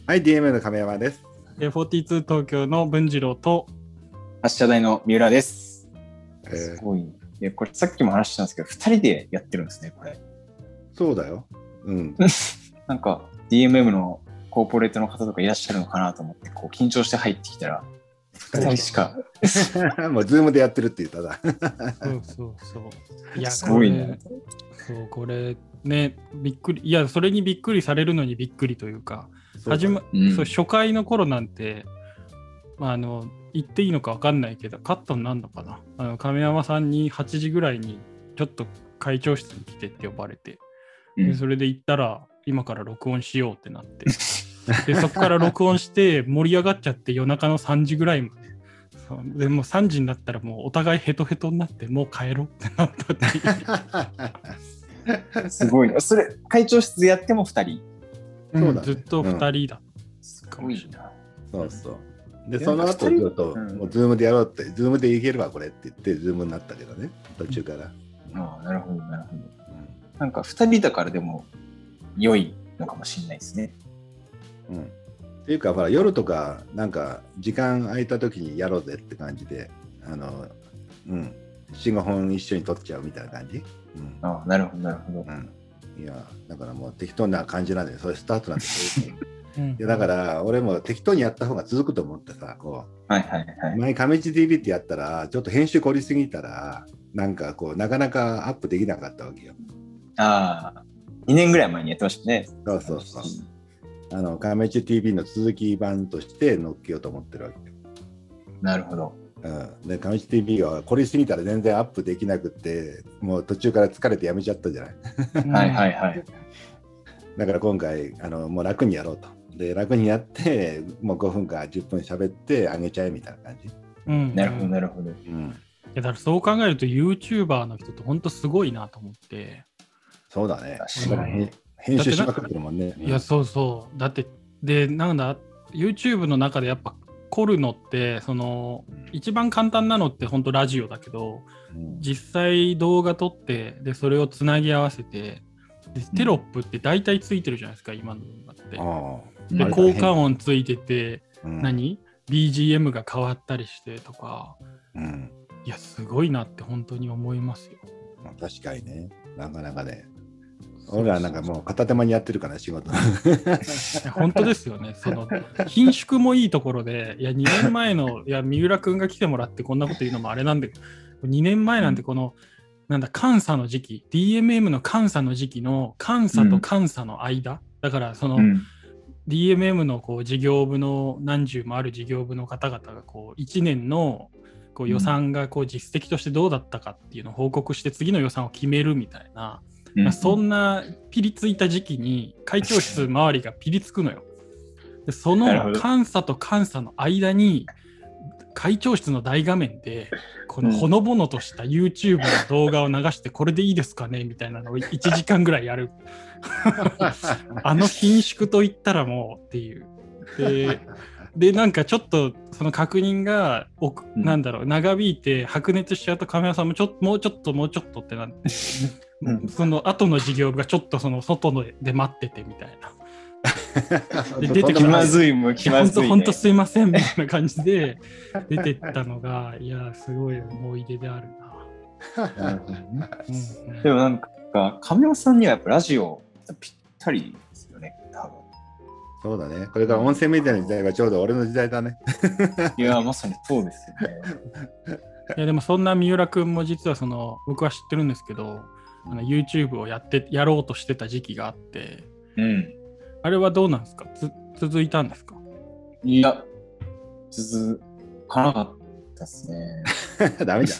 はい、DMM の亀山です。 42東京の文次郎と発射台の三浦です。すごい。これさっきも話したんですけど、2人でやってるんですね、これ。 そうだよ。うん。 なんか DMM のコーポレートの方とかいらっしゃるのかなと思って、こう緊張して入ってきたら、2人しか。 もうズームでやってるって言ったら。 そう。いや、 すごいね。 これね、びっくり。いや、それにびっくりされるのにびっくりというか、そう初回の頃なんて、言っていいのか分かんないけど、カットになるのかな。亀山さんに8時ぐらいにちょっと会長室に来てって呼ばれて、でそれで行ったら、今から録音しようってなって、でそこから録音して盛り上がっちゃって夜中の3時ぐらいまで。でもう3時になったらもうお互いヘトヘトになってもう帰ろうってなったっていう。 すごい。それ、会長室でやっても2人。 そうだね、 ずっと2人だ。 すごいな。 そう。で、その後ずっと、もうズームでやろうって、ズームでいけるわ、これって言って、ズームになったけどね、途中から。 ああ、なるほど。なんか2人だからでも良いのかもしれないですね。 っていうか、ほら、夜とか、なんか、時間空いた時にやろうぜって感じで、4、5本一緒に撮っちゃうみたいな感じ。 ああ、なるほど。 いや、だからもう適当な感じなんで、それスタートなんですよ。いやだから俺も適当にやった方が続くと思ってさ、こう、前亀地 TV ってやったらちょっと編集凝りすぎたらなんかこうなかなかアップできなかったわけよ。 ああ、2年ぐらい前にやってましたね。 そう亀地 TV の続き版として載っけようと思ってるわけよ。 なるほど。 で亀地 TV が凝りすぎたら全然アップできなくってもう途中から疲れてやめちゃったじゃない。 はい。 だから今回もう楽にやろうと。で楽にやってもう5分か10分喋ってあげちゃえみたいな感じ。 なるほど。 いやだからそう考えると YouTuber の人って本当すごいなと思って。 そうだね。編集しまくってるもんね。 いやそう。だってでなんだ YouTube の中でやっぱ凝るのってその一番簡単なのって本当ラジオだけど、実際動画撮ってでそれをつなぎ合わせてでテロップって大体ついてるじゃないですか今の動画って。で効果音ついてて、BGM が変わったりしてとか、いやすごいなって本当に思いますよ。 確かにね、なかなかね、俺らなんかもう片手間にやってるから仕事。 本当ですよね。その品縮もいいところで、いや2年前のいや三浦くんが来てもらってこんなこと言うのもあれなんで、2年前なんてこのなんだ監査の時期、DMM の監査の時期の監査と監査の間、だからその。DMM のこう事業部の何十もある事業部の方々がこう1年のこう予算がこう実績としてどうだったかっていうのを報告して次の予算を決めるみたいな、そんなピリついた時期に会長室周りがピリつくのよ。でその監査と監査の間に会長室の大画面でこのほのぼのとした YouTube の動画を流してこれでいいですかねみたいなのを1時間ぐらいやる。品縮といったらもうっていう。でなんかちょっとその確認がなんだろう長引いて白熱しちゃうと亀山さんももうちょっとってなって、その後の事業部がちょっとその外で待っててみたいな。で出てきまずいね。本当すいませんみたいな感じで出てったのがいやすごい思い出であるな。 でもなんか亀山さんにはやっぱラジオぴったりですよね多分。 そうだね。これから音声メディアの時代がちょうど俺の時代だね。 いやまさにそうですよね。 いやでもそんな三浦くんも実はその僕は知ってるんですけど、YouTube をやろうとしてた時期があって。あれはどうなんですか？続いたんですか？ いや、続かなかったですね。 ダメじ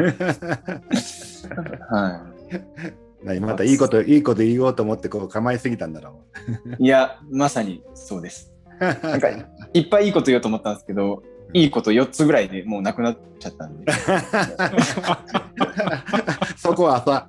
ゃん。 またいいこと言おうと思ってこう構えすぎたんだろう。いや、まさにそうです。なんかいっぱいいいこと言おうと思ったんですけど、いいこと4つぐらいでもうなくなっちゃったんで。 そこはさ。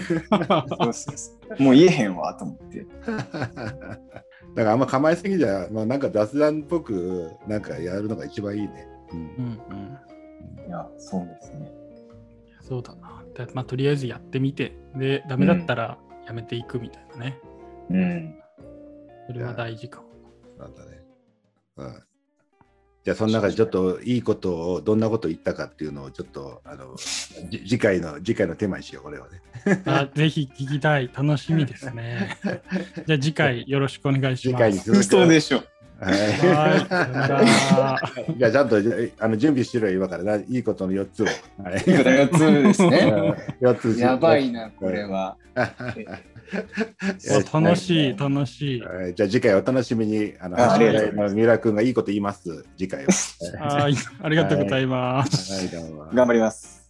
もう言えへんわと思って。 だからあんま構えすぎじゃ、なんか雑談っぽくなんかやるのが一番いいね。 いや、そうですね。 そうだな。とりあえずやってみて、で、ダメだったらやめていくみたいなね。それは大事かも。 なんだね。 じゃあその中でちょっといいことをどんなことを言ったかっていうのをちょっと次回のテーマにしようこれはね。 ぜひ聞きたい、楽しみですね。じゃあ次回よろしくお願いします。 次回に続く。 嘘でしょ。 はい。じゃあちゃんと準備してるよ今から、いいことの4つを。いいことの4つですね。 4つ。 やばいなこれは。 楽しい。じゃあ次回お楽しみに。三浦君がいいこと言います。次回は。 ありがとうございます。 頑張ります。